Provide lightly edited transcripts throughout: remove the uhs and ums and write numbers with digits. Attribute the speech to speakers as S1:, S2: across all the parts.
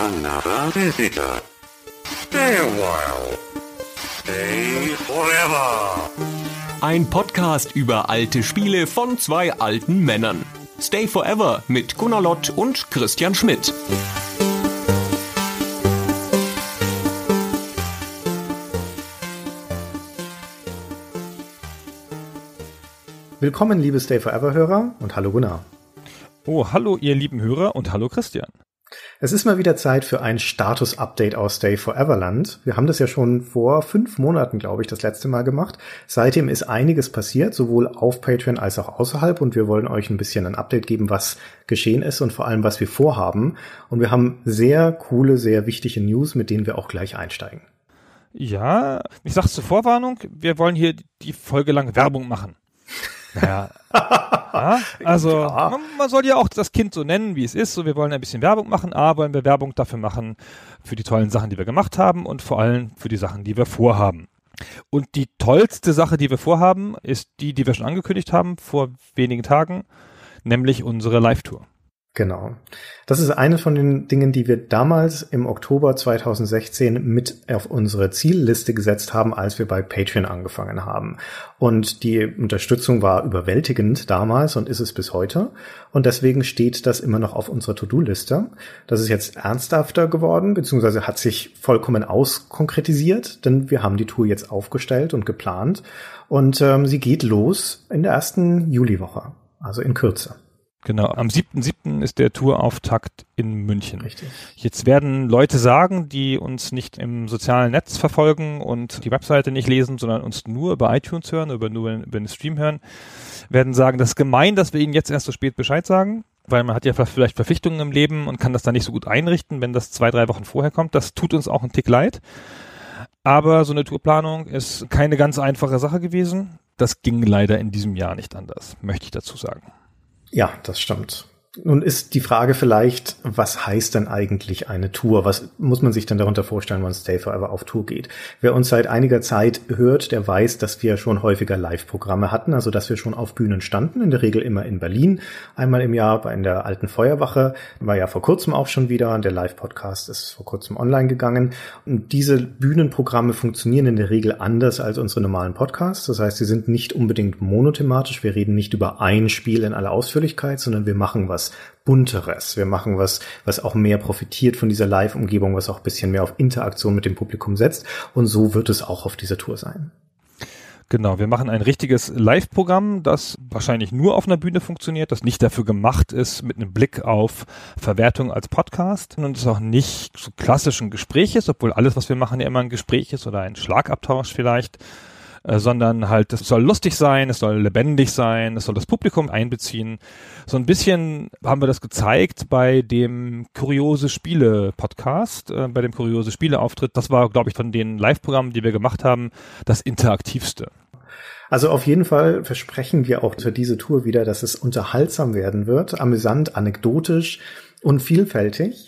S1: Another visitor. Stay a while. Stay forever.
S2: Ein Podcast über alte Spiele von zwei alten Männern. Stay Forever mit Gunnar Lott und Christian Schmidt.
S3: Willkommen, liebe Stay Forever-Hörer, und hallo Gunnar.
S4: Oh, hallo ihr lieben Hörer und hallo Christian.
S3: Es ist mal wieder Zeit für ein Status-Update aus Stay Forever-Land. Wir haben das ja schon vor 5 Monaten, glaube ich, das letzte Mal gemacht. Seitdem ist einiges passiert, sowohl auf Patreon als auch außerhalb, und wir wollen euch ein bisschen ein Update geben, was geschehen ist und vor allem, was wir vorhaben. Und wir haben sehr coole, sehr wichtige News, mit denen wir auch gleich einsteigen.
S4: Ja, ich sag's zur Vorwarnung, wir wollen hier die Folge lang Werbung machen. Naja, ja, also ja. Man soll ja auch das Kind so nennen, wie es ist. So, wir wollen ein bisschen Werbung machen, aber wollen wir Werbung dafür machen, für die tollen Sachen, die wir gemacht haben und vor allem für die Sachen, die wir vorhaben. Und die tollste Sache, die wir vorhaben, ist die wir schon angekündigt haben vor wenigen Tagen, nämlich unsere Live-Tour.
S3: Genau. Das ist eine von den Dingen, die wir damals im Oktober 2016 mit auf unsere Zielliste gesetzt haben, als wir bei Patreon angefangen haben. Und die Unterstützung war überwältigend damals und ist es bis heute. Und deswegen steht das immer noch auf unserer To-Do-Liste. Das ist jetzt ernsthafter geworden, beziehungsweise hat sich vollkommen auskonkretisiert, denn wir haben die Tour jetzt aufgestellt und geplant. Und sie geht los in der ersten Juliwoche, also in Kürze.
S4: Genau, am 7.7. ist der Tourauftakt in München.
S3: Richtig.
S4: Jetzt werden Leute sagen, die uns nicht im sozialen Netz verfolgen und die Webseite nicht lesen, sondern uns nur über iTunes hören, nur über den Stream hören, werden sagen, das ist gemein, dass wir ihnen jetzt erst so spät Bescheid sagen, weil man hat ja vielleicht Verpflichtungen im Leben und kann das dann nicht so gut einrichten, wenn das 2-3 Wochen vorher kommt. Das tut uns auch einen Tick leid. Aber so eine Tourplanung ist keine ganz einfache Sache gewesen. Das ging leider in diesem Jahr nicht anders, möchte ich dazu sagen.
S3: Ja, das stimmt. Nun ist die Frage vielleicht, was heißt denn eigentlich eine Tour? Was muss man sich denn darunter vorstellen, wenn man Stay Forever auf Tour geht? Wer uns seit einiger Zeit hört, der weiß, dass wir schon häufiger Live-Programme hatten, also dass wir schon auf Bühnen standen, in der Regel immer in Berlin, einmal im Jahr in der Alten Feuerwache, war ja vor kurzem auch schon wieder, der Live-Podcast ist vor kurzem online gegangen. Und diese Bühnenprogramme funktionieren in der Regel anders als unsere normalen Podcasts, das heißt, sie sind nicht unbedingt monothematisch, wir reden nicht über ein Spiel in aller Ausführlichkeit, sondern wir machen was Bunteres. Wir machen was auch mehr profitiert von dieser Live-Umgebung, was auch ein bisschen mehr auf Interaktion mit dem Publikum setzt. Und so wird es auch auf dieser Tour sein.
S4: Genau, wir machen ein richtiges Live-Programm, das wahrscheinlich nur auf einer Bühne funktioniert, das nicht dafür gemacht ist mit einem Blick auf Verwertung als Podcast und es auch nicht so klassisch ein Gespräch ist, obwohl alles, was wir machen, ja immer ein Gespräch ist oder ein Schlagabtausch vielleicht. Sondern halt, es soll lustig sein, es soll lebendig sein, es soll das Publikum einbeziehen. So ein bisschen haben wir das gezeigt bei dem Kuriose Spiele Podcast, bei dem Kuriose Spiele Auftritt. Das war, glaube ich, von den Live-Programmen, die wir gemacht haben, das interaktivste.
S3: Also auf jeden Fall versprechen wir auch für diese Tour wieder, dass es unterhaltsam werden wird, amüsant, anekdotisch und vielfältig.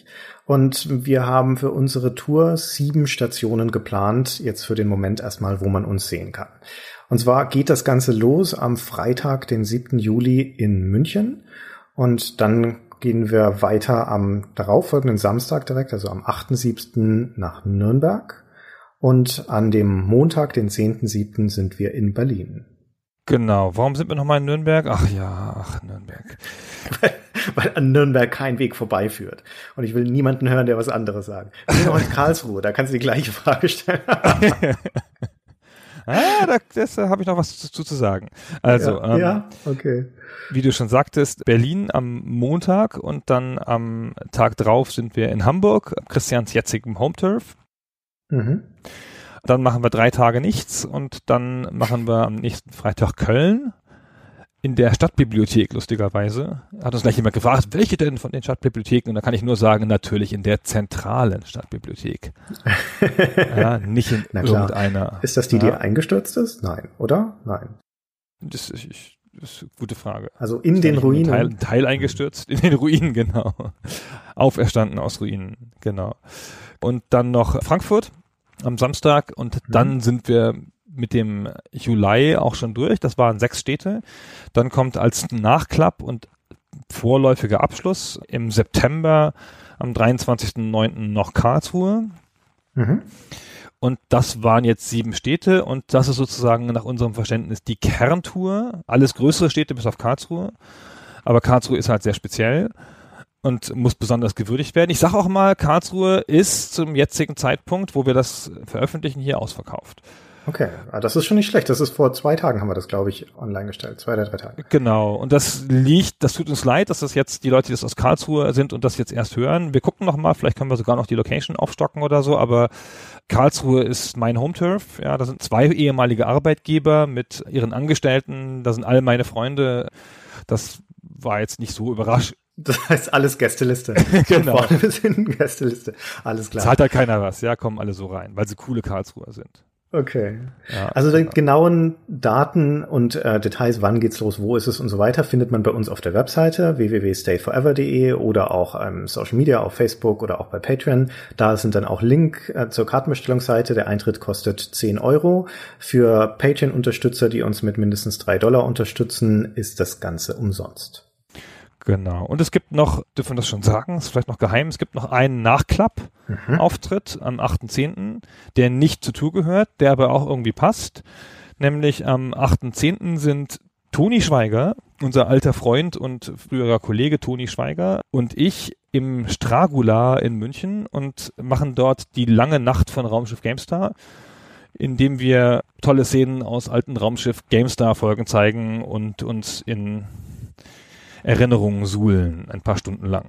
S3: Und wir haben für unsere Tour 7 Stationen geplant, jetzt für den Moment erstmal, wo man uns sehen kann. Und zwar geht das Ganze los am Freitag, den 7. Juli in München. Und dann gehen wir weiter am darauffolgenden Samstag direkt, also am 8.7. nach Nürnberg. Und an dem Montag, den 10.7. sind wir in Berlin.
S4: Genau. Warum sind wir nochmal in Nürnberg? Nürnberg.
S3: Weil an Nürnberg kein Weg vorbeiführt. Und ich will niemanden hören, der was anderes sagt. Wir sind auch in Karlsruhe, da kannst du die gleiche Frage stellen.
S4: Das habe ich noch was zu sagen. Also,
S3: ja, okay.
S4: Wie du schon sagtest, Berlin am Montag und dann am Tag drauf sind wir in Hamburg, Christians jetzigem Home-Turf.
S3: Mhm.
S4: Dann machen wir 3 Tage nichts und dann machen wir am nächsten Freitag Köln in der Stadtbibliothek, lustigerweise. Hat uns gleich jemand gefragt, welche denn von den Stadtbibliotheken? Und da kann ich nur sagen, natürlich in der zentralen Stadtbibliothek. Ja, nicht in irgendeiner.
S3: Ist das die eingestürzt ist? Nein, oder? Nein.
S4: Das ist eine gute Frage.
S3: Also in den Ruinen?
S4: Ein Teil eingestürzt, in den Ruinen, genau. Auferstanden aus Ruinen, genau. Und dann noch Frankfurt am Samstag und dann sind wir mit dem Juli auch schon durch. Das waren 6 Städte. Dann kommt als Nachklapp und vorläufiger Abschluss im September am 23.09. noch Karlsruhe.
S3: Mhm.
S4: Und das waren jetzt 7 Städte und das ist sozusagen nach unserem Verständnis die Kerntour. Alles größere Städte bis auf Karlsruhe. Aber Karlsruhe ist halt sehr speziell und muss besonders gewürdigt werden. Ich sage auch mal, Karlsruhe ist zum jetzigen Zeitpunkt, wo wir das veröffentlichen, hier ausverkauft.
S3: Okay, das ist schon nicht schlecht. Das ist vor 2 Tagen haben wir das, glaube ich, online gestellt. 2 oder 3 Tage.
S4: Genau. Und das tut uns leid, dass das jetzt die Leute, die das aus Karlsruhe sind und das jetzt erst hören. Wir gucken noch mal, vielleicht können wir sogar noch die Location aufstocken oder so, aber Karlsruhe ist mein Home-Turf. Ja, da sind 2 ehemalige Arbeitgeber mit ihren Angestellten. Da sind alle meine Freunde. Das war jetzt nicht so überraschend.
S3: Das heißt alles Gästeliste.
S4: Genau.
S3: Von vorne bis hinten Gästeliste. Alles klar.
S4: Zahlt halt keiner was, ja, kommen alle so rein, weil sie coole Karlsruher sind.
S3: Okay.
S4: Ja,
S3: Also die genauen Daten und Details, wann geht's los, wo ist es und so weiter, findet man bei uns auf der Webseite www.stayforever.de oder auch Social Media auf Facebook oder auch bei Patreon. Da sind dann auch Link zur Kartenbestellungsseite. Der Eintritt kostet 10 €. Für Patreon-Unterstützer, die uns mit mindestens $3 unterstützen, ist das Ganze umsonst.
S4: Genau. Und es gibt noch, dürfen wir das schon sagen, ist vielleicht noch geheim, es gibt noch einen Nachklapp-Auftritt am 8.10., der nicht zur Tour gehört, der aber auch irgendwie passt. Nämlich am 8.10. sind Toni Schweiger, unser alter Freund und früherer Kollege Toni Schweiger und ich im Stragula in München und machen dort die lange Nacht von Raumschiff GameStar, indem wir tolle Szenen aus alten Raumschiff GameStar-Folgen zeigen und uns in Erinnerungen suhlen, ein paar Stunden lang.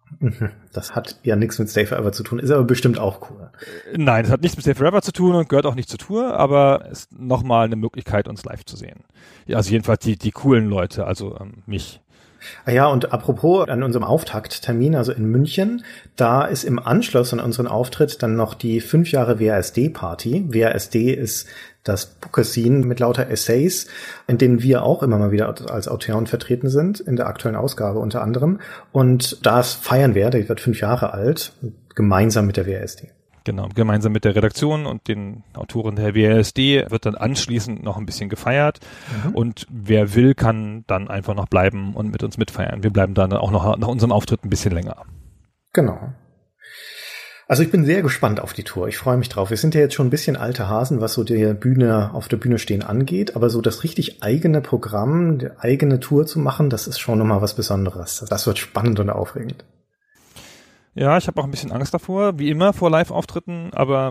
S3: Das hat ja nichts mit Stay Forever zu tun, ist aber bestimmt auch cool.
S4: Nein, es hat nichts mit Stay Forever zu tun und gehört auch nicht zur Tour, aber ist nochmal eine Möglichkeit, uns live zu sehen. Ja, also jedenfalls die coolen Leute, also mich.
S3: Ja, und apropos an unserem Auftakttermin, also in München, da ist im Anschluss an unseren Auftritt dann noch die 5 Jahre WASD-Party. WASD ist das Booker-Scene mit lauter Essays, in denen wir auch immer mal wieder als Autoren vertreten sind, in der aktuellen Ausgabe unter anderem. Und das feiern wir, die wird 5 Jahre alt, gemeinsam mit der WASD.
S4: Genau, gemeinsam mit der Redaktion und den Autoren der WASD wird dann anschließend noch ein bisschen gefeiert. Und wer will, kann dann einfach noch bleiben und mit uns mitfeiern. Wir bleiben dann auch noch nach unserem Auftritt ein bisschen länger.
S3: Genau. Also ich bin sehr gespannt auf die Tour. Ich freue mich drauf. Wir sind ja jetzt schon ein bisschen alte Hasen, was so die Bühne, auf der Bühne stehen angeht. Aber so das richtig eigene Programm, die eigene Tour zu machen, das ist schon nochmal was Besonderes. Das wird spannend und aufregend.
S4: Ja, ich habe auch ein bisschen Angst davor, wie immer vor Live-Auftritten, aber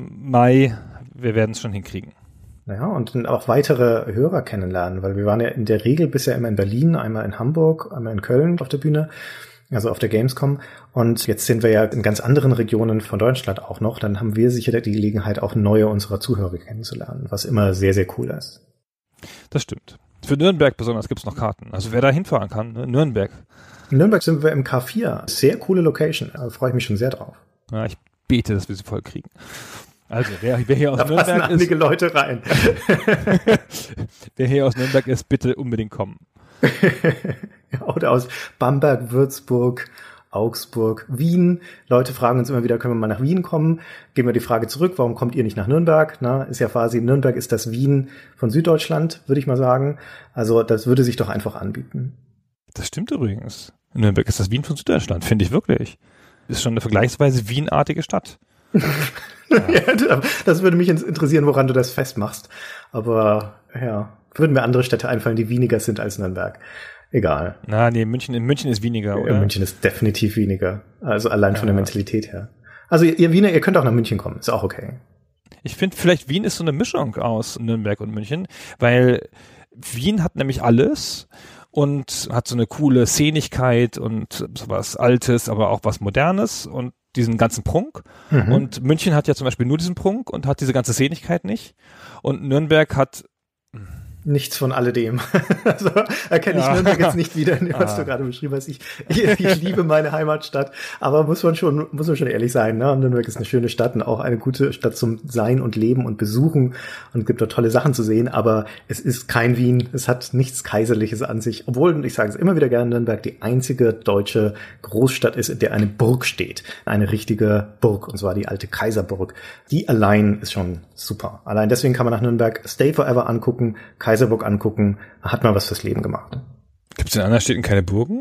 S4: wir werden es schon hinkriegen.
S3: Ja, und dann auch weitere Hörer kennenlernen, weil wir waren ja in der Regel bisher immer in Berlin, einmal in Hamburg, einmal in Köln auf der Bühne, also auf der Gamescom. Und jetzt sind wir ja in ganz anderen Regionen von Deutschland auch noch. Dann haben wir sicher die Gelegenheit, auch neue unserer Zuhörer kennenzulernen, was immer sehr, sehr cool ist.
S4: Das stimmt. Für Nürnberg besonders gibt es noch Karten. Also wer da hinfahren kann, ne? Nürnberg.
S3: In Nürnberg sind wir im K4. Sehr coole Location. Da freue ich mich schon sehr drauf.
S4: Ja, ich bete, dass wir sie voll kriegen. Also, wer hier aus
S3: da
S4: Nürnberg
S3: passen einige Leute rein.
S4: Wer hier aus Nürnberg ist, bitte unbedingt kommen.
S3: Oder aus Bamberg, Würzburg, Augsburg, Wien. Leute fragen uns immer wieder, können wir mal nach Wien kommen? Geben wir die Frage zurück, warum kommt ihr nicht nach Nürnberg? Na, ist ja quasi, Nürnberg ist das Wien von Süddeutschland, würde ich mal sagen. Also das würde sich doch einfach anbieten.
S4: Das stimmt übrigens. Nürnberg ist das Wien von Süddeutschland, finde ich wirklich. Ist schon eine vergleichsweise Wienartige Stadt.
S3: Ja, das würde mich interessieren, woran du das festmachst. Aber ja, würden mir andere Städte einfallen, die weniger sind als Nürnberg. Egal.
S4: Nee, München ist weniger, oder?
S3: München ist definitiv weniger. Also allein von der Mentalität her. Also ihr Wiener, ihr könnt auch nach München kommen. Ist auch okay.
S4: Ich finde, vielleicht Wien ist so eine Mischung aus Nürnberg und München, weil Wien hat nämlich alles und hat so eine coole Szenigkeit und sowas Altes, aber auch was Modernes und diesen ganzen Prunk. Und München hat ja zum Beispiel nur diesen Prunk und hat diese ganze Szenigkeit nicht. Und Nürnberg hat
S3: nichts von alledem. Also erkenne ich Nürnberg jetzt nicht wieder, was du gerade beschrieben hast. Ich liebe meine Heimatstadt, aber muss man schon ehrlich sein, ne? Nürnberg ist eine schöne Stadt und auch eine gute Stadt zum Sein und Leben und Besuchen und gibt dort tolle Sachen zu sehen, aber es ist kein Wien, es hat nichts Kaiserliches an sich, obwohl, und ich sage es immer wieder gerne, Nürnberg die einzige deutsche Großstadt ist, in der eine Burg steht. Eine richtige Burg, und zwar die alte Kaiserburg. Die allein ist schon super. Allein deswegen kann man nach Nürnberg Stay Forever angucken, Kaiserburg angucken, hat man was fürs Leben gemacht.
S4: Gibt es in anderen Städten keine Burgen?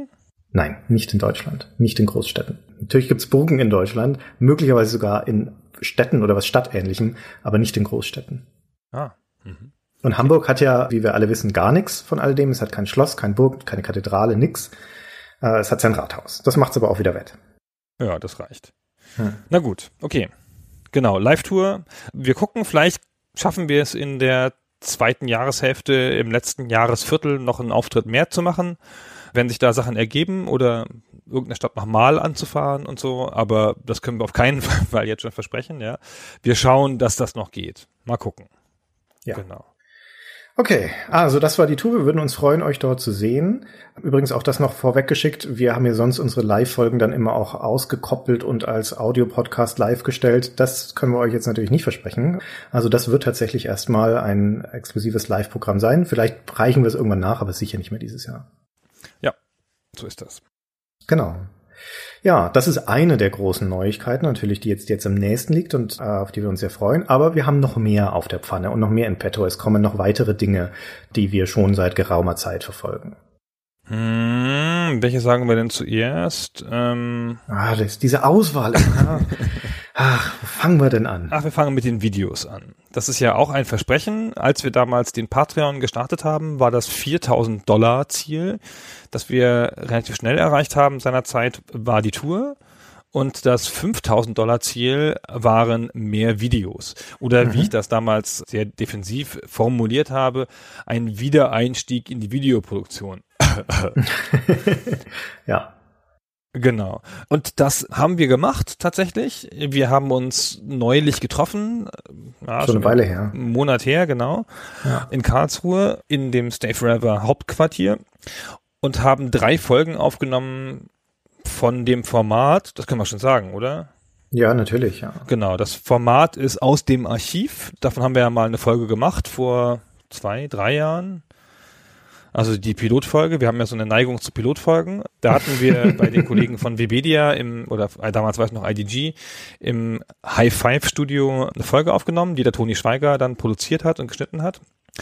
S3: Nein, nicht in Deutschland, nicht in Großstädten. Natürlich gibt's Burgen in Deutschland, möglicherweise sogar in Städten oder was Stadtähnlichem, aber nicht in Großstädten.
S4: Ah. Mhm.
S3: Und Hamburg hat ja, wie wir alle wissen, gar nichts von all dem. Es hat kein Schloss, kein Burg, keine Kathedrale, nix. Es hat sein Rathaus. Das macht's aber auch wieder wett.
S4: Ja, das reicht. Na gut, okay. Genau, Live-Tour. Wir gucken, vielleicht schaffen wir es in der zweiten Jahreshälfte, im letzten Jahresviertel noch einen Auftritt mehr zu machen, wenn sich da Sachen ergeben oder irgendeine Stadt nochmal anzufahren und so, aber das können wir auf keinen Fall jetzt schon versprechen, ja. Wir schauen, dass das noch geht. Mal gucken.
S3: Ja.
S4: Genau.
S3: Okay, also das war die Tour. Wir würden uns freuen, euch dort zu sehen. Übrigens auch das noch vorweggeschickt. Wir haben ja sonst unsere Live-Folgen dann immer auch ausgekoppelt und als Audio-Podcast live gestellt. Das können wir euch jetzt natürlich nicht versprechen. Also das wird tatsächlich erstmal ein exklusives Live-Programm sein. Vielleicht reichen wir es irgendwann nach, aber sicher nicht mehr dieses Jahr.
S4: Ja, so ist das.
S3: Genau. Ja, das ist eine der großen Neuigkeiten, natürlich, die jetzt am nächsten liegt und auf die wir uns sehr freuen. Aber wir haben noch mehr auf der Pfanne und noch mehr in petto. Es kommen noch weitere Dinge, die wir schon seit geraumer Zeit verfolgen.
S4: Welche sagen wir denn zuerst?
S3: Diese Auswahl. Ach, wo fangen wir denn an?
S4: Wir fangen mit den Videos an. Das ist ja auch ein Versprechen. Als wir damals den Patreon gestartet haben, war das $4.000 Ziel, das wir relativ schnell erreicht haben seinerzeit, war die Tour. Und das $5.000 Ziel waren mehr Videos. Oder wie ich das damals sehr defensiv formuliert habe, ein Wiedereinstieg in die Videoproduktion.
S3: Ja.
S4: Genau. Und das haben wir gemacht, tatsächlich. Wir haben uns neulich getroffen. Ja,
S3: schon eine Weile her.
S4: Einen Monat her, genau. Ja. In Karlsruhe, in dem Stay Forever Hauptquartier. Und haben 3 Folgen aufgenommen von dem Format. Das können wir schon sagen, oder?
S3: Ja, natürlich, ja.
S4: Genau. Das Format ist aus dem Archiv. Davon haben wir ja mal eine Folge gemacht vor 2-3 Jahren. Also die Pilotfolge, wir haben ja so eine Neigung zu Pilotfolgen. Da hatten wir bei den Kollegen von Webedia damals war es noch IDG, im High-Five-Studio eine Folge aufgenommen, die der Toni Schweiger dann produziert hat und geschnitten hat.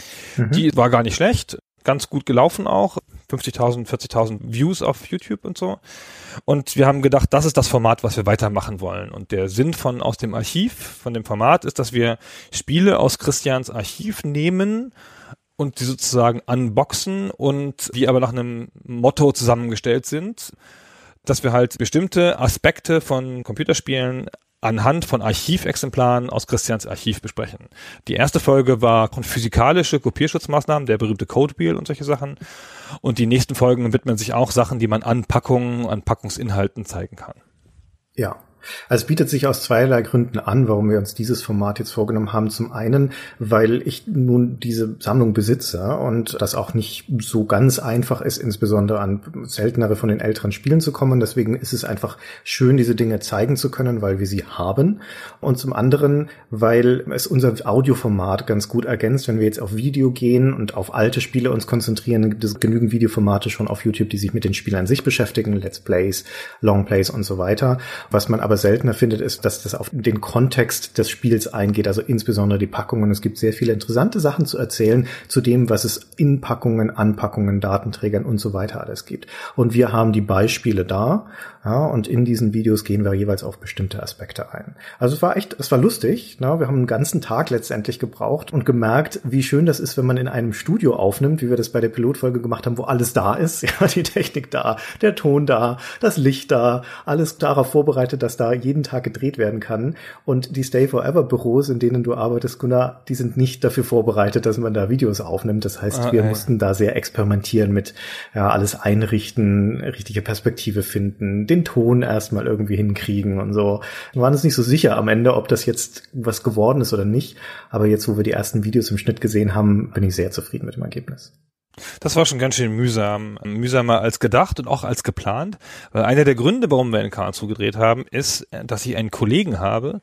S4: Die war gar nicht schlecht, ganz gut gelaufen auch, 50.000, 40.000 Views auf YouTube und so. Und wir haben gedacht, das ist das Format, was wir weitermachen wollen. Und der Sinn von aus dem Archiv, von dem Format, ist, dass wir Spiele aus Christians Archiv nehmen und die sozusagen unboxen und die aber nach einem Motto zusammengestellt sind, dass wir halt bestimmte Aspekte von Computerspielen anhand von Archivexemplaren aus Christians Archiv besprechen. Die erste Folge war physikalische Kopierschutzmaßnahmen, der berühmte Codewheel und solche Sachen. Und die nächsten Folgen widmen sich auch Sachen, die man an Packungen, an Packungsinhalten zeigen kann.
S3: Ja. Also es bietet sich aus zweierlei Gründen an, warum wir uns dieses Format jetzt vorgenommen haben. Zum einen, weil ich nun diese Sammlung besitze und das auch nicht so ganz einfach ist, insbesondere an seltenere von den älteren Spielen zu kommen. Deswegen ist es einfach schön, diese Dinge zeigen zu können, weil wir sie haben. Und zum anderen, weil es unser Audioformat ganz gut ergänzt. Wenn wir jetzt auf Video gehen und auf alte Spiele uns konzentrieren, gibt es genügend Videoformate schon auf YouTube, die sich mit den Spielen an sich beschäftigen, Let's Plays, Longplays und so weiter. Was man aber seltener findet, ist, dass das auf den Kontext des Spiels eingeht, also insbesondere die Packungen. Es gibt sehr viele interessante Sachen zu erzählen zu dem, was es in Packungen, Anpackungen, Datenträgern und so weiter alles gibt. Und wir haben die Beispiele da, ja, und in diesen Videos gehen wir jeweils auf bestimmte Aspekte ein. Also es war lustig, ne? Wir haben einen ganzen Tag letztendlich gebraucht und gemerkt, wie schön das ist, wenn man in einem Studio aufnimmt, wie wir das bei der Pilotfolge gemacht haben, wo alles da ist, ja, die Technik da, der Ton da, das Licht da, alles darauf vorbereitet, dass da jeden Tag gedreht werden kann. Und die Stay Forever Büros, in denen du arbeitest, Gunnar, die sind nicht dafür vorbereitet, dass man da Videos aufnimmt. Das heißt, wir mussten da sehr experimentieren mit, ja, alles einrichten, richtige Perspektive finden, den Ton erstmal irgendwie hinkriegen und so. Wir waren uns nicht so sicher am Ende, ob das jetzt was geworden ist oder nicht. Aber jetzt, wo wir die ersten Videos im Schnitt gesehen haben, bin ich sehr zufrieden mit dem Ergebnis.
S4: Das war schon ganz schön mühsam. Mühsamer als gedacht und auch als geplant. Weil einer der Gründe, warum wir in Karlsruhe gedreht haben, ist, dass ich einen Kollegen habe,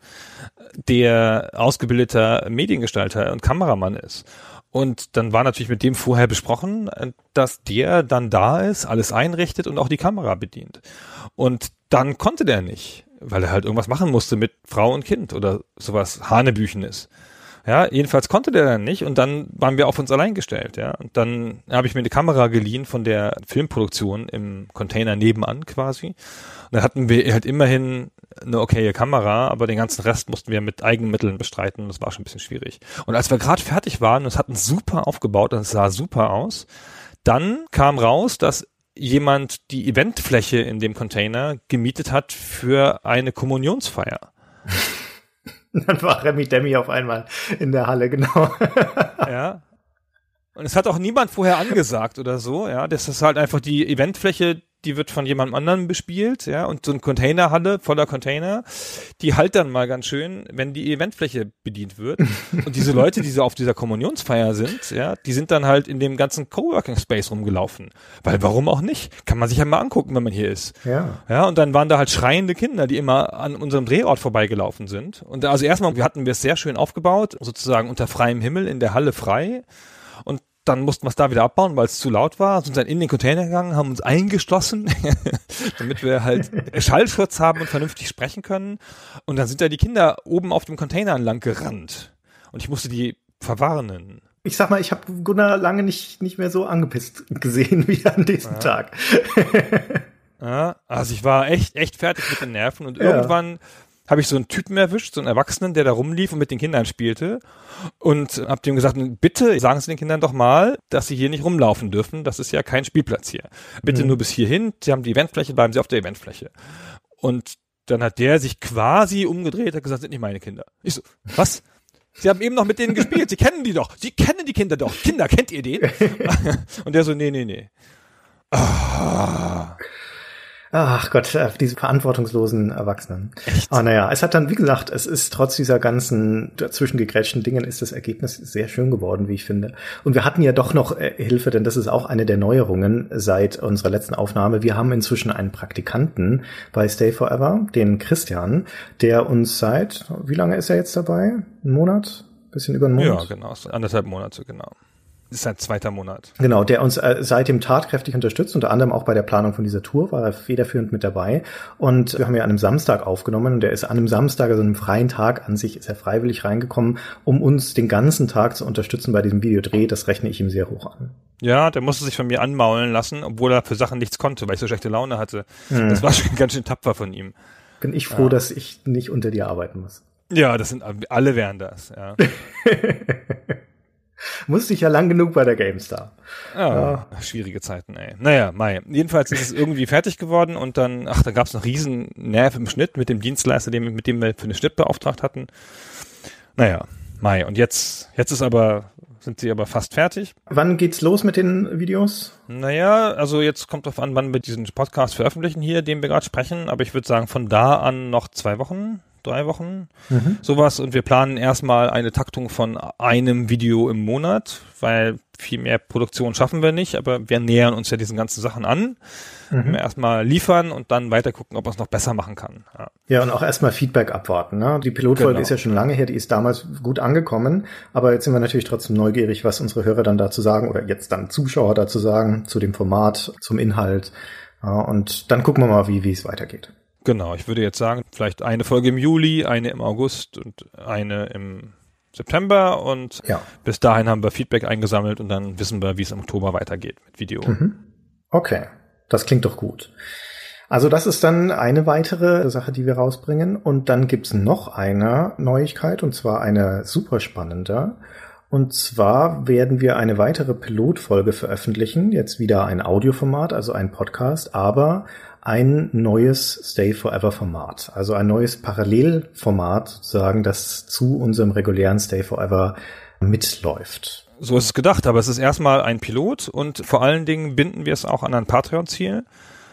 S4: der ausgebildeter Mediengestalter und Kameramann ist. Und dann war natürlich mit dem vorher besprochen, dass der dann da ist, alles einrichtet und auch die Kamera bedient. Und dann konnte der nicht, weil er halt irgendwas machen musste mit Frau und Kind oder sowas Hanebüchenes. Ja, jedenfalls konnte der dann nicht und dann waren wir auf uns allein gestellt, ja. Und dann habe ich mir eine Kamera geliehen von der Filmproduktion im Container nebenan quasi. Und dann hatten wir halt immerhin eine okaye Kamera, aber den ganzen Rest mussten wir mit Eigenmitteln bestreiten und das war schon ein bisschen schwierig. Und als wir gerade fertig waren, und es hatten super aufgebaut und es sah super aus, dann kam raus, dass jemand die Eventfläche in dem Container gemietet hat für eine Kommunionsfeier.
S3: Dann war Remi Demi auf einmal in der Halle, genau.
S4: Ja. Und es hat auch niemand vorher angesagt oder so, ja. Das ist halt einfach die Eventfläche, die wird von jemandem anderen bespielt, ja. Und so eine Containerhalle voller Container, die halt dann mal ganz schön, wenn die Eventfläche bedient wird. Und diese Leute, die so auf dieser Kommunionsfeier sind, ja, die sind dann halt in dem ganzen Coworking Space rumgelaufen. Weil warum auch nicht? Kann man sich ja mal angucken, wenn man hier ist.
S3: Ja.
S4: Ja, und dann waren da halt schreiende Kinder, die immer an unserem Drehort vorbeigelaufen sind. Und also erstmal hatten wir es sehr schön aufgebaut, sozusagen unter freiem Himmel in der Halle frei. Und dann mussten wir es da wieder abbauen, weil es zu laut war, sind dann in den Container gegangen, haben uns eingeschlossen, damit wir halt Schallschutz haben und vernünftig sprechen können. Und dann sind da die Kinder oben auf dem Container entlang gerannt. Und ich musste die verwarnen.
S3: Ich sag mal, ich habe Gunnar lange nicht mehr so angepisst gesehen wie an diesem Tag.
S4: Ja, also ich war echt fertig mit den Nerven und irgendwann habe ich so einen Typen erwischt, so einen Erwachsenen, der da rumlief und mit den Kindern spielte und hab dem gesagt, bitte sagen Sie den Kindern doch mal, dass sie hier nicht rumlaufen dürfen, das ist ja kein Spielplatz hier. Bitte nur bis hierhin, Sie haben die Eventfläche, bleiben Sie auf der Eventfläche. Und dann hat der sich quasi umgedreht, hat gesagt, sind nicht meine Kinder. Ich so, was? Sie haben eben noch mit denen gespielt, Sie kennen die doch, Sie kennen die Kinder doch. Kinder, kennt ihr den? Und der so, nee.
S3: Ach Gott, diese verantwortungslosen Erwachsenen.
S4: Echt?
S3: Aber naja, es hat dann, wie gesagt, es ist trotz dieser ganzen dazwischen gegrätschten Dingen ist das Ergebnis sehr schön geworden, wie ich finde. Und wir hatten ja doch noch Hilfe, denn das ist auch eine der Neuerungen seit unserer letzten Aufnahme. Wir haben inzwischen einen Praktikanten bei Stay Forever, den Christian, der uns seit, wie lange ist er jetzt dabei? Einen Monat? Bisschen über einen Monat?
S4: Ja, genau, 1,5 Monate, genau. Das ist sein 2. Monat.
S3: Genau, der uns seitdem tatkräftig unterstützt, unter anderem auch bei der Planung von dieser Tour, war er federführend mit dabei. Und wir haben ja an einem Samstag aufgenommen und der ist an einem Samstag, also einem freien Tag an sich, ist er freiwillig reingekommen, um uns den ganzen Tag zu unterstützen bei diesem Videodreh. Das rechne ich ihm sehr hoch an.
S4: Ja, der musste sich von mir anmaulen lassen, obwohl er für Sachen nichts konnte, weil ich so schlechte Laune hatte. Das war schon ganz schön tapfer von ihm.
S3: Bin ich froh, dass ich nicht unter dir arbeiten muss.
S4: Ja, alle wären das, ja.
S3: Musste ich ja lang genug bei der GameStar.
S4: Ja. Schwierige Zeiten, ey. Naja, Mai. Jedenfalls ist es irgendwie fertig geworden und dann gab es noch riesen Nerv im Schnitt mit dem Dienstleister, mit dem wir für den Schnitt beauftragt hatten. Naja, Mai. Und jetzt sind sie aber fast fertig.
S3: Wann geht's los mit den Videos?
S4: Naja, also jetzt kommt drauf an, wann wir diesen Podcast veröffentlichen hier, den wir gerade sprechen. Aber ich würde sagen, von da an noch 2 Wochen. 3 Wochen, sowas. Und wir planen erstmal eine Taktung von einem Video im Monat, weil viel mehr Produktion schaffen wir nicht, aber wir nähern uns ja diesen ganzen Sachen an. Erstmal liefern und dann weiter gucken, ob man es noch besser machen kann.
S3: Ja, und auch erstmal Feedback abwarten. Ne? Die Pilotfolge ist ja schon lange her, die ist damals gut angekommen, aber jetzt sind wir natürlich trotzdem neugierig, was unsere Hörer dann dazu sagen oder jetzt dann Zuschauer dazu sagen, zu dem Format, zum Inhalt. Ja, und dann gucken wir mal, wie es weitergeht.
S4: Genau, ich würde jetzt sagen, vielleicht eine Folge im Juli, eine im August und eine im September und bis dahin haben wir Feedback eingesammelt und dann wissen wir, wie es im Oktober weitergeht mit Video.
S3: Okay, das klingt doch gut. Also das ist dann eine weitere Sache, die wir rausbringen und dann gibt's noch eine Neuigkeit und zwar eine super spannende. Und zwar werden wir eine weitere Pilotfolge veröffentlichen, jetzt wieder ein Audioformat, also ein Podcast, aber ein neues Stay Forever Format, also ein neues Parallelformat sozusagen, das zu unserem regulären Stay Forever mitläuft.
S4: So ist es gedacht, aber es ist erstmal ein Pilot und vor allen Dingen binden wir es auch an ein Patreon-Ziel,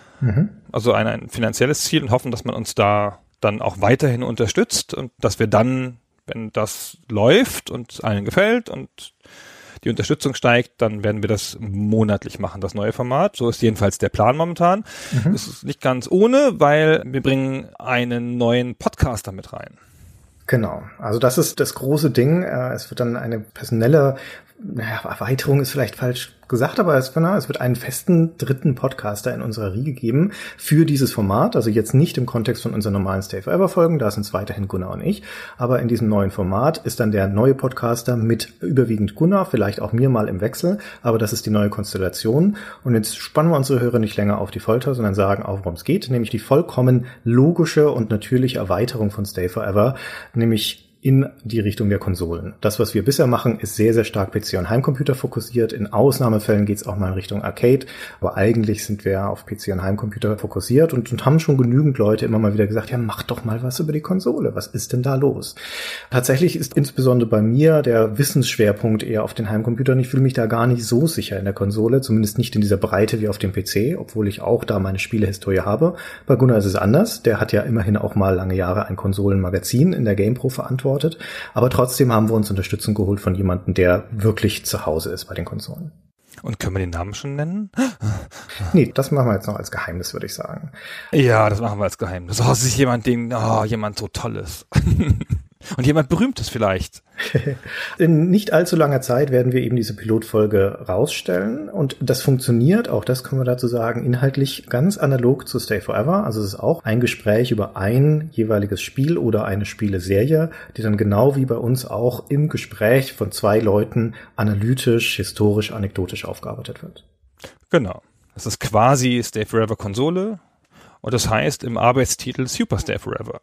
S4: also ein finanzielles Ziel und hoffen, dass man uns da dann auch weiterhin unterstützt und dass wir dann, wenn das läuft und allen gefällt und die Unterstützung steigt, dann werden wir das monatlich machen, das neue Format. So ist jedenfalls der Plan momentan. Das ist nicht ganz ohne, weil wir bringen einen neuen Podcaster mit rein.
S3: Genau, also das ist das große Ding. Es wird dann eine personelle Erweiterung ist vielleicht falsch gesagt, aber es wird einen festen dritten Podcaster in unserer Riege geben für dieses Format. Also jetzt nicht im Kontext von unseren normalen Stay Forever Folgen, da sind es weiterhin Gunnar und ich. Aber in diesem neuen Format ist dann der neue Podcaster mit überwiegend Gunnar, vielleicht auch mir mal im Wechsel. Aber das ist die neue Konstellation. Und jetzt spannen wir unsere Hörer nicht länger auf die Folter, sondern sagen auch, worum es geht. Nämlich die vollkommen logische und natürliche Erweiterung von Stay Forever, nämlich in die Richtung der Konsolen. Das, was wir bisher machen, ist sehr, sehr stark PC- und Heimcomputer fokussiert. In Ausnahmefällen geht es auch mal in Richtung Arcade, aber eigentlich sind wir auf PC- und Heimcomputer fokussiert und haben schon genügend Leute immer mal wieder gesagt, ja, mach doch mal was über die Konsole. Was ist denn da los? Tatsächlich ist insbesondere bei mir der Wissensschwerpunkt eher auf den Heimcomputern. Ich fühle mich da gar nicht so sicher in der Konsole, zumindest nicht in dieser Breite wie auf dem PC, obwohl ich auch da meine Spielehistorie habe. Bei Gunnar ist es anders. Der hat ja immerhin auch mal lange Jahre ein Konsolenmagazin in der GamePro verantwortet. Aber trotzdem haben wir uns Unterstützung geholt von jemandem, der wirklich zu Hause ist bei den Konsolen.
S4: Und können wir den Namen schon nennen?
S3: Nee, das machen wir jetzt noch als Geheimnis, würde ich sagen.
S4: Ja, das machen wir als Geheimnis. Oh, es ist jemand so Tolles. Und jemand Berühmtes vielleicht.
S3: In nicht allzu langer Zeit werden wir eben diese Pilotfolge rausstellen und das funktioniert, auch das können wir dazu sagen, inhaltlich ganz analog zu Stay Forever. Also es ist auch ein Gespräch über ein jeweiliges Spiel oder eine Spieleserie, die dann genau wie bei uns auch im Gespräch von zwei Leuten analytisch, historisch, anekdotisch aufgearbeitet wird.
S4: Genau. Das ist quasi Stay Forever Konsole und das heißt im Arbeitstitel Super Stay Forever.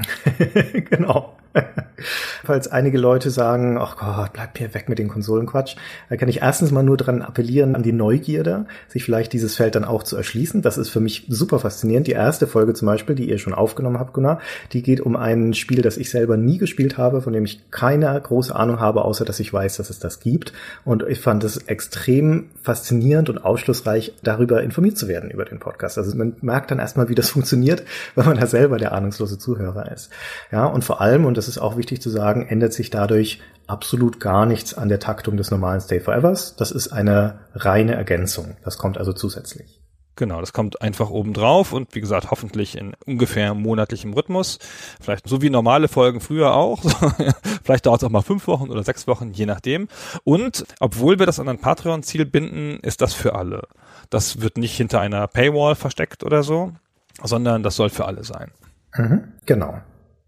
S3: Genau. Falls einige Leute sagen, ach Gott, bleibt mir weg mit dem Konsolenquatsch, da kann ich erstens mal nur dran appellieren, an die Neugierde, sich vielleicht dieses Feld dann auch zu erschließen. Das ist für mich super faszinierend. Die erste Folge zum Beispiel, die ihr schon aufgenommen habt, Gunnar, die geht um ein Spiel, das ich selber nie gespielt habe, von dem ich keine große Ahnung habe, außer dass ich weiß, dass es das gibt. Und ich fand es extrem faszinierend und aufschlussreich, darüber informiert zu werden über den Podcast. Also man merkt dann erstmal, wie das funktioniert, wenn man da selber der ahnungslose Zuhörer ist. Ja, und vor allem, und das ist auch wichtig zu sagen, ändert sich dadurch absolut gar nichts an der Taktung des normalen Stay Forevers. Das ist eine reine Ergänzung. Das kommt also zusätzlich.
S4: Genau, das kommt einfach oben drauf und wie gesagt, hoffentlich in ungefähr monatlichem Rhythmus. Vielleicht so wie normale Folgen früher auch. Vielleicht dauert es auch mal 5 Wochen oder 6 Wochen, je nachdem. Und obwohl wir das an ein Patreon-Ziel binden, ist das für alle. Das wird nicht hinter einer Paywall versteckt oder so, sondern das soll für alle sein.
S3: Genau.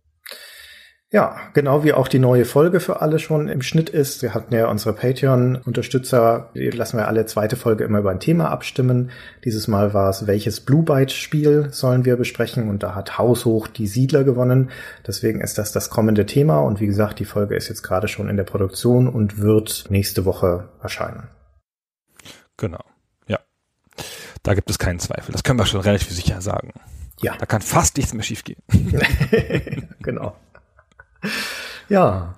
S3: Ja, genau wie auch die neue Folge für alle schon im Schnitt ist. Wir hatten ja unsere Patreon-Unterstützer, die lassen wir alle zweite Folge immer über ein Thema abstimmen. Dieses Mal war es, welches Blue Byte-Spiel sollen wir besprechen? Und da hat haushoch die Siedler gewonnen. Deswegen ist das kommende Thema. Und wie gesagt, die Folge ist jetzt gerade schon in der Produktion und wird nächste Woche erscheinen.
S4: Genau, ja. Da gibt es keinen Zweifel. Das können wir schon relativ sicher sagen.
S3: Ja.
S4: Da kann fast nichts mehr schiefgehen.
S3: Genau. Ja,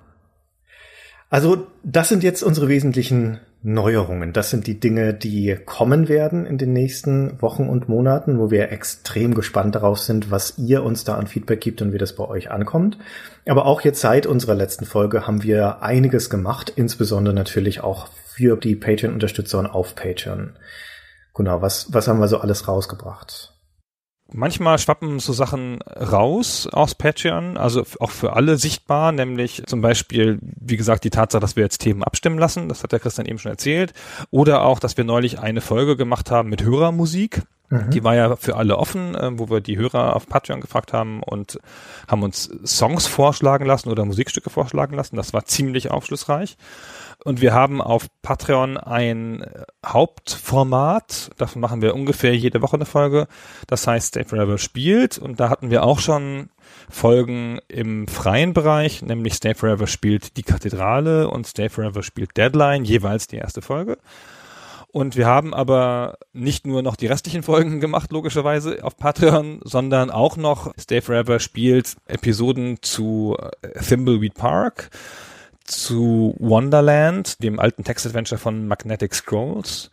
S3: also das sind jetzt unsere wesentlichen Neuerungen. Das sind die Dinge, die kommen werden in den nächsten Wochen und Monaten, wo wir extrem gespannt darauf sind, was ihr uns da an Feedback gibt und wie das bei euch ankommt. Aber auch jetzt seit unserer letzten Folge haben wir einiges gemacht, insbesondere natürlich auch für die Patreon-Unterstützer und auf Patreon. Genau, was haben wir so alles rausgebracht?
S4: Manchmal schwappen so Sachen raus aus Patreon, also auch für alle sichtbar, nämlich zum Beispiel, wie gesagt, die Tatsache, dass wir jetzt Themen abstimmen lassen, das hat der Christian eben schon erzählt, oder auch, dass wir neulich eine Folge gemacht haben mit Hörermusik. Die war ja für alle offen, wo wir die Hörer auf Patreon gefragt haben und haben uns Songs vorschlagen lassen oder Musikstücke vorschlagen lassen. Das war ziemlich aufschlussreich. Und wir haben auf Patreon ein Hauptformat, davon machen wir ungefähr jede Woche eine Folge, das heißt Stay Forever spielt. Und da hatten wir auch schon Folgen im freien Bereich, nämlich Stay Forever spielt die Kathedrale und Stay Forever spielt Deadline, jeweils die erste Folge. Und wir haben aber nicht nur noch die restlichen Folgen gemacht, logischerweise, auf Patreon, sondern auch noch Stay Forever spielt Episoden zu Thimbleweed Park, zu Wonderland, dem alten Text-Adventure von Magnetic Scrolls.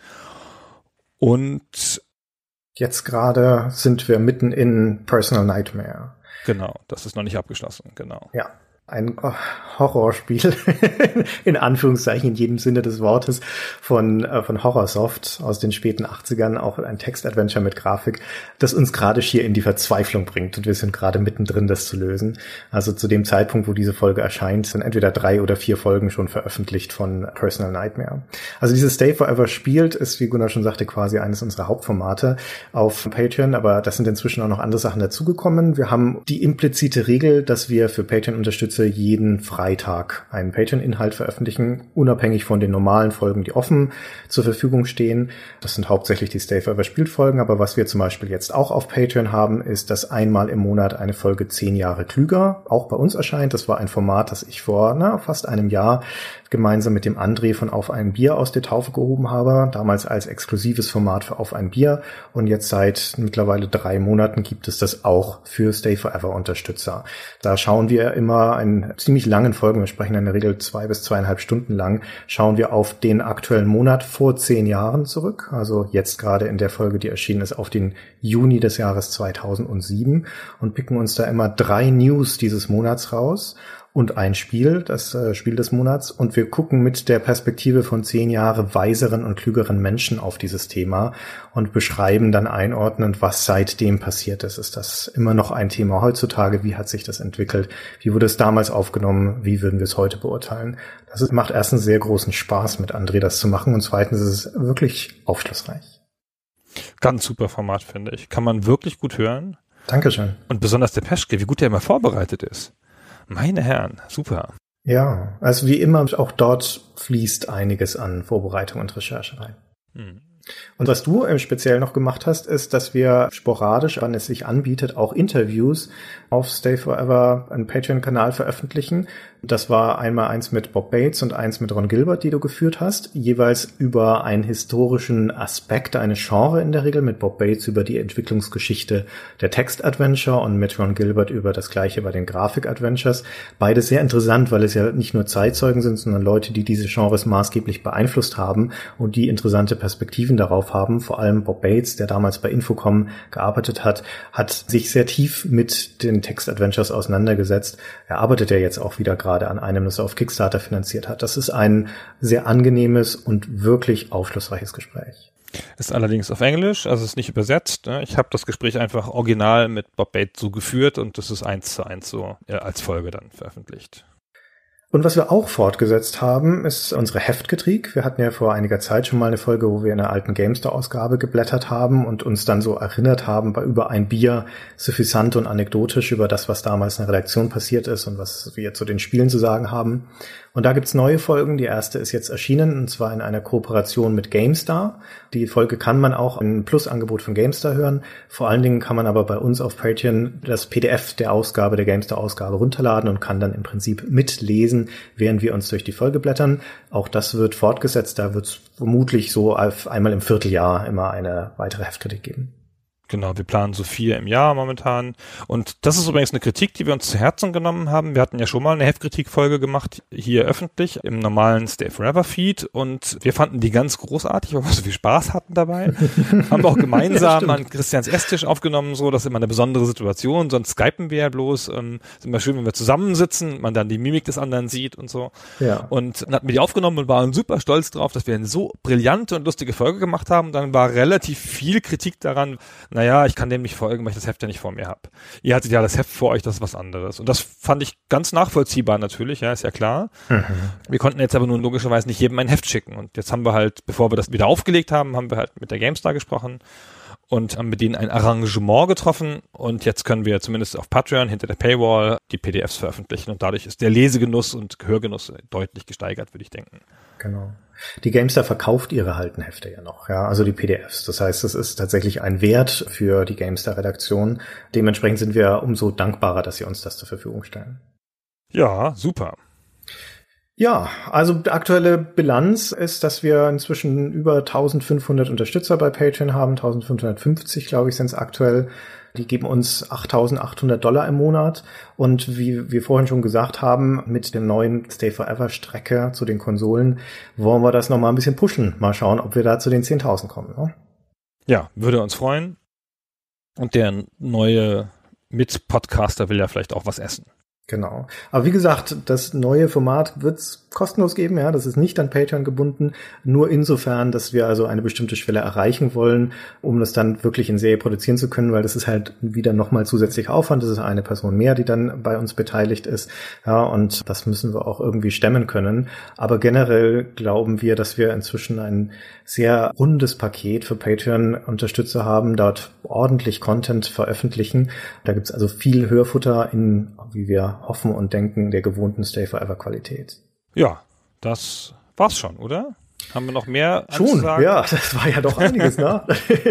S4: Und
S3: jetzt gerade sind wir mitten in Personal Nightmare.
S4: Genau, das ist noch nicht abgeschlossen, genau.
S3: Ja. ein Horrorspiel, in Anführungszeichen in jedem Sinne des Wortes, von Horrorsoft aus den späten 80ern, auch ein Text-Adventure mit Grafik, das uns gerade schier in die Verzweiflung bringt und wir sind gerade mittendrin, das zu lösen. Also zu dem Zeitpunkt, wo diese Folge erscheint, sind entweder 3 oder 4 Folgen schon veröffentlicht von Personal Nightmare. Also dieses Stay Forever spielt, ist, wie Gunnar schon sagte, quasi eines unserer Hauptformate auf Patreon, aber das sind inzwischen auch noch andere Sachen dazugekommen. Wir haben die implizite Regel, dass wir für Patreon-Unterstützer jeden Freitag einen Patreon-Inhalt veröffentlichen, unabhängig von den normalen Folgen, die offen zur Verfügung stehen. Das sind hauptsächlich die Stay Forever Spielt-Folgen, aber was wir zum Beispiel jetzt auch auf Patreon haben, ist, dass einmal im Monat eine Folge 10 Jahre klüger auch bei uns erscheint. Das war ein Format, das ich vor fast einem Jahr gemeinsam mit dem André von Auf ein Bier aus der Taufe gehoben habe, damals als exklusives Format für Auf ein Bier, und jetzt seit mittlerweile 3 Monaten gibt es das auch für Stay Forever Unterstützer. Da schauen wir immer einen ziemlich langen Folgen, wir sprechen in der Regel 2 bis 2,5 Stunden lang, schauen wir auf den aktuellen Monat vor 10 Jahren zurück, also jetzt gerade in der Folge, die erschienen ist, auf den Juni des Jahres 2007 und picken uns da immer 3 News dieses Monats raus und ein Spiel, das Spiel des Monats, und wir gucken mit der Perspektive von 10 Jahre weiseren und klügeren Menschen auf dieses Thema und beschreiben dann einordnend, was seitdem passiert ist. Ist das immer noch ein Thema heutzutage? Wie hat sich das entwickelt? Wie wurde es damals aufgenommen? Wie würden wir es heute beurteilen? Macht erstens sehr großen Spaß, mit André das zu machen, und zweitens ist es wirklich aufschlussreich.
S4: Ganz super Format, finde ich. Kann man wirklich gut hören.
S3: Dankeschön.
S4: Und besonders der Peschke, wie gut der immer vorbereitet ist. Meine Herren, super.
S3: Ja, also wie immer, auch dort fließt einiges an Vorbereitung und Recherche rein. Und was du im Speziellen noch gemacht hast, ist, dass wir sporadisch, wann es sich anbietet, auch Interviews auf Stay Forever, einen Patreon-Kanal veröffentlichen. Das war einmal eins mit Bob Bates und eins mit Ron Gilbert, die du geführt hast, jeweils über einen historischen Aspekt, eine Genre in der Regel, mit Bob Bates über die Entwicklungsgeschichte der Text-Adventure und mit Ron Gilbert über das Gleiche bei den Grafik-Adventures. Beide sehr interessant, weil es ja nicht nur Zeitzeugen sind, sondern Leute, die diese Genres maßgeblich beeinflusst haben und die interessante Perspektiven darauf haben. Vor allem Bob Bates, der damals bei Infocom gearbeitet hat, hat sich sehr tief mit den Text-Adventures auseinandergesetzt. Er arbeitet ja jetzt auch wieder gerade an einem, das er auf Kickstarter finanziert hat. Das ist ein sehr angenehmes und wirklich aufschlussreiches Gespräch.
S4: Ist allerdings auf Englisch, also ist nicht übersetzt. Ne? Ich habe das Gespräch einfach original mit Bob Bates so geführt und das ist 1:1 so als Folge dann veröffentlicht.
S3: Und was wir auch fortgesetzt haben, ist unsere Heftkritik. Wir hatten ja vor einiger Zeit schon mal eine Folge, wo wir in einer alten GameStar-Ausgabe geblättert haben und uns dann so erinnert haben, bei über ein Bier suffisant und anekdotisch über das, was damals in der Redaktion passiert ist und was wir zu den Spielen zu sagen haben. Und da gibt's neue Folgen. Die erste ist jetzt erschienen, und zwar in einer Kooperation mit GameStar. Die Folge kann man auch im Plus-Angebot von GameStar hören. Vor allen Dingen kann man aber bei uns auf Patreon das PDF der Ausgabe, der GameStar-Ausgabe runterladen und kann dann im Prinzip mitlesen, während wir uns durch die Folge blättern. Auch das wird fortgesetzt. Da wird's vermutlich so einmal im Vierteljahr immer eine weitere Heftkritik geben.
S4: Genau, wir planen so 4 im Jahr momentan. Und das ist übrigens eine Kritik, die wir uns zu Herzen genommen haben. Wir hatten ja schon mal eine Heftkritikfolge gemacht, hier öffentlich, im normalen Stay Forever Feed. Und wir fanden die ganz großartig, weil wir so viel Spaß hatten dabei. Haben wir auch gemeinsam an Christians Esstisch aufgenommen, so. Das ist immer eine besondere Situation. Sonst skypen wir ja bloß. Ist immer schön, wenn wir zusammensitzen, man dann die Mimik des anderen sieht und so.
S3: Ja.
S4: Und dann hatten wir die aufgenommen und waren super stolz drauf, dass wir eine so brillante und lustige Folge gemacht haben. Dann war relativ viel Kritik daran, naja, ich kann dem nicht folgen, weil ich das Heft ja nicht vor mir habe. Ihr hattet ja das Heft vor euch, das ist was anderes. Und das fand ich ganz nachvollziehbar natürlich, ja, ist ja klar. Mhm. Wir konnten jetzt aber nun logischerweise nicht jedem ein Heft schicken. Und jetzt haben wir halt, bevor wir das wieder aufgelegt haben, haben wir halt mit der GameStar gesprochen und haben mit denen ein Arrangement getroffen. Und jetzt können wir zumindest auf Patreon hinter der Paywall die PDFs veröffentlichen. Und dadurch ist der Lesegenuss und Hörgenuss deutlich gesteigert, würde ich denken.
S3: Genau. Die GameStar verkauft ihre alten Hefte ja noch, ja, also die PDFs. Das heißt, es ist tatsächlich ein Wert für die GameStar-Redaktion. Dementsprechend sind wir umso dankbarer, dass sie uns das zur Verfügung stellen.
S4: Ja, super.
S3: Ja, also die aktuelle Bilanz ist, dass wir inzwischen über 1500 Unterstützer bei Patreon haben, 1550, glaube ich, sind es aktuell. Die geben uns $8.800 im Monat. Und wie wir vorhin schon gesagt haben, mit dem neuen Stay Forever Strecke zu den Konsolen wollen wir das nochmal ein bisschen pushen. Mal schauen, ob wir da zu den 10.000 kommen. Ne?
S4: Ja, würde uns freuen. Und der neue Mit-Podcaster will ja vielleicht auch was essen.
S3: Genau. Aber wie gesagt, das neue Format wird es kostenlos geben, ja. Das ist nicht an Patreon gebunden. Nur insofern, dass wir also eine bestimmte Schwelle erreichen wollen, um das dann wirklich in Serie produzieren zu können, weil das ist halt wieder nochmal zusätzlicher Aufwand. Das ist eine Person mehr, die dann bei uns beteiligt ist. Ja, und das müssen wir auch irgendwie stemmen können. Aber generell glauben wir, dass wir inzwischen ein sehr rundes Paket für Patreon-Unterstützer haben, dort ordentlich Content veröffentlichen. Da gibt's also viel Hörfutter in, wie wir hoffen und denken, der gewohnten Stay Forever Qualität.
S4: Ja, das war's schon, oder? Haben wir noch mehr
S3: anzusagen? Schon, ja, das war ja doch einiges, ne?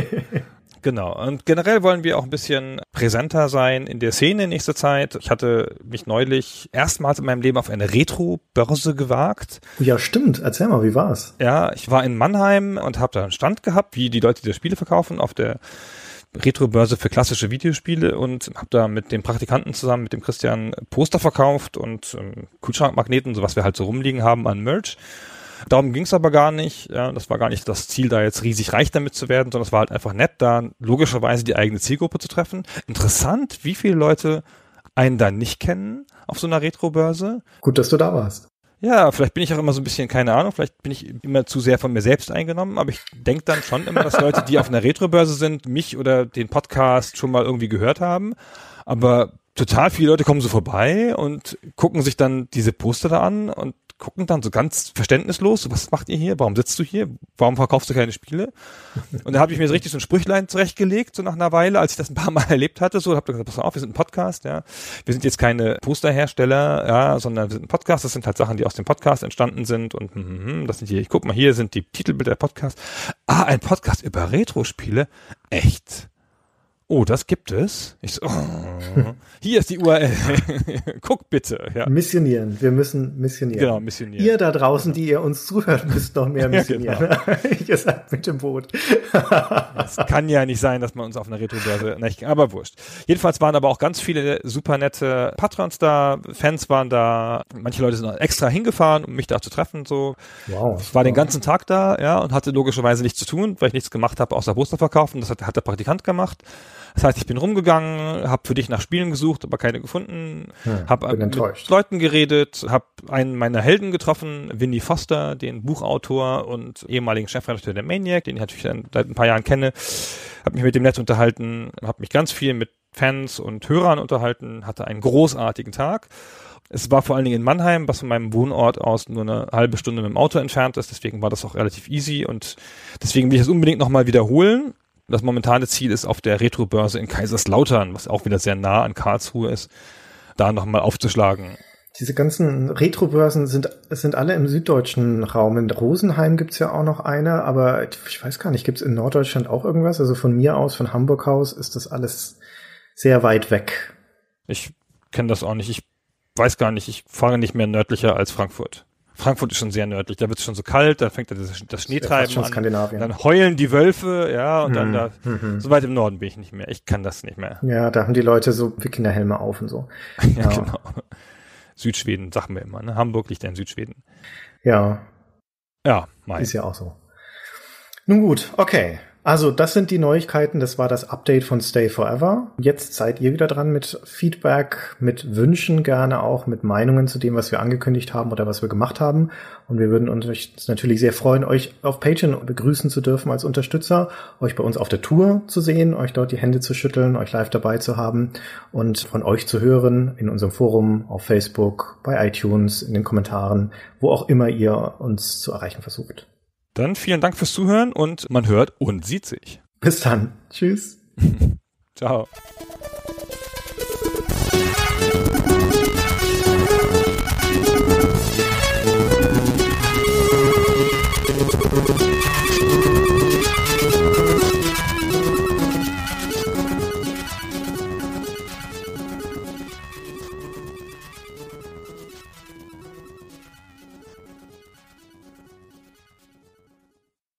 S4: Genau, und generell wollen wir auch ein bisschen präsenter sein in der Szene in nächster Zeit. Ich hatte mich neulich erstmals in meinem Leben auf eine Retro-Börse gewagt.
S3: Ja, stimmt. Erzähl mal, wie war's?
S4: Ja, ich war in Mannheim und habe da einen Stand gehabt, wie die Leute, die das Spiele verkaufen, auf der Retro-Börse für klassische Videospiele, und habe da mit dem Praktikanten zusammen, mit dem Christian, Poster verkauft und Kühlschrankmagneten, so was wir halt so rumliegen haben an Merch. Darum ging's aber gar nicht. Ja, das war gar nicht das Ziel, da jetzt riesig reich damit zu werden, sondern es war halt einfach nett, da logischerweise die eigene Zielgruppe zu treffen. Interessant, wie viele Leute einen da nicht kennen auf so einer Retro-Börse.
S3: Gut, dass du da warst.
S4: Ja, vielleicht bin ich auch immer so ein bisschen, keine Ahnung, vielleicht bin ich immer zu sehr von mir selbst eingenommen, aber ich denke dann schon immer, dass Leute, die auf einer Retro-Börse sind, mich oder den Podcast schon mal irgendwie gehört haben. Aber total viele Leute kommen so vorbei und gucken sich dann diese Poster da an und gucken dann so ganz verständnislos, was macht ihr hier? Warum sitzt du hier? Warum verkaufst du keine Spiele? Und da habe ich mir so richtig so ein Sprüchlein zurechtgelegt, so nach einer Weile, als ich das ein paar Mal erlebt hatte, so, habe gesagt, pass auf, wir sind ein Podcast, ja. Wir sind jetzt keine Posterhersteller, ja, sondern wir sind ein Podcast. Das sind halt Sachen, die aus dem Podcast entstanden sind und das sind hier, guck mal, hier sind die Titelbilder der Podcast. Ah, ein Podcast über Retro-Spiele? Echt? Oh, das gibt es. Ich so, hier ist die URL. Guck bitte. Ja.
S3: Missionieren. Wir müssen missionieren.
S4: Genau, missionieren.
S3: Ihr da draußen, die ihr uns zuhört, müsst noch mehr missionieren. Ja, genau. Ihr seid mit dem Boot.
S4: Es kann ja nicht sein, dass man uns auf einer Retro-Börse nicht, aber wurscht. Jedenfalls waren aber auch ganz viele super nette Patrons da, Fans waren da, manche Leute sind auch extra hingefahren, um mich da zu treffen. So.
S3: Wow.
S4: Ich war den ganzen Tag da, ja, und hatte logischerweise nichts zu tun, weil ich nichts gemacht habe, außer Poster verkaufen. Das hat der Praktikant gemacht. Das heißt, ich bin rumgegangen, habe für dich nach Spielen gesucht, aber keine gefunden, habe mit Leuten geredet, habe einen meiner Helden getroffen, Winnie Foster, den Buchautor und ehemaligen Chefredakteur der Maniac, den ich natürlich seit ein paar Jahren kenne, habe mich mit dem nett unterhalten, habe mich ganz viel mit Fans und Hörern unterhalten, hatte einen großartigen Tag. Es war vor allen Dingen in Mannheim, was von meinem Wohnort aus nur eine halbe Stunde mit dem Auto entfernt ist, deswegen war das auch relativ easy und deswegen will ich es unbedingt nochmal wiederholen. Das momentane Ziel ist auf der Retro-Börse in Kaiserslautern, was auch wieder sehr nah an Karlsruhe ist, da nochmal aufzuschlagen.
S3: Diese ganzen Retro-Börsen sind alle im süddeutschen Raum. In Rosenheim gibt's ja auch noch eine, aber ich weiß gar nicht, gibt's in Norddeutschland auch irgendwas? Also von mir aus, von Hamburg aus, ist das alles sehr weit weg.
S4: Ich kenne das auch nicht. Ich weiß gar nicht, ich fahre nicht mehr nördlicher als Frankfurt. Frankfurt ist schon sehr nördlich, da wird es schon so kalt, da fängt das Schneetreiben an,
S3: Skandinavien.
S4: Dann heulen die Wölfe, ja, und dann da, so weit im Norden bin ich nicht mehr, ich kann das nicht mehr.
S3: Ja, da haben die Leute so Wikingerhelme auf und so.
S4: Ja, genau. Südschweden, sagen wir immer, ne? Hamburg liegt ja in Südschweden.
S3: Ja.
S4: Ja,
S3: ist ja auch so. Nun gut, okay. Also das sind die Neuigkeiten, das war das Update von Stay Forever. Jetzt seid ihr wieder dran mit Feedback, mit Wünschen gerne auch, mit Meinungen zu dem, was wir angekündigt haben oder was wir gemacht haben. Und wir würden uns natürlich sehr freuen, euch auf Patreon begrüßen zu dürfen als Unterstützer, euch bei uns auf der Tour zu sehen, euch dort die Hände zu schütteln, euch live dabei zu haben und von euch zu hören in unserem Forum, auf Facebook, bei iTunes, in den Kommentaren, wo auch immer ihr uns zu erreichen versucht.
S4: Dann vielen Dank fürs Zuhören und man hört und sieht sich.
S3: Bis dann. Tschüss.
S4: Ciao.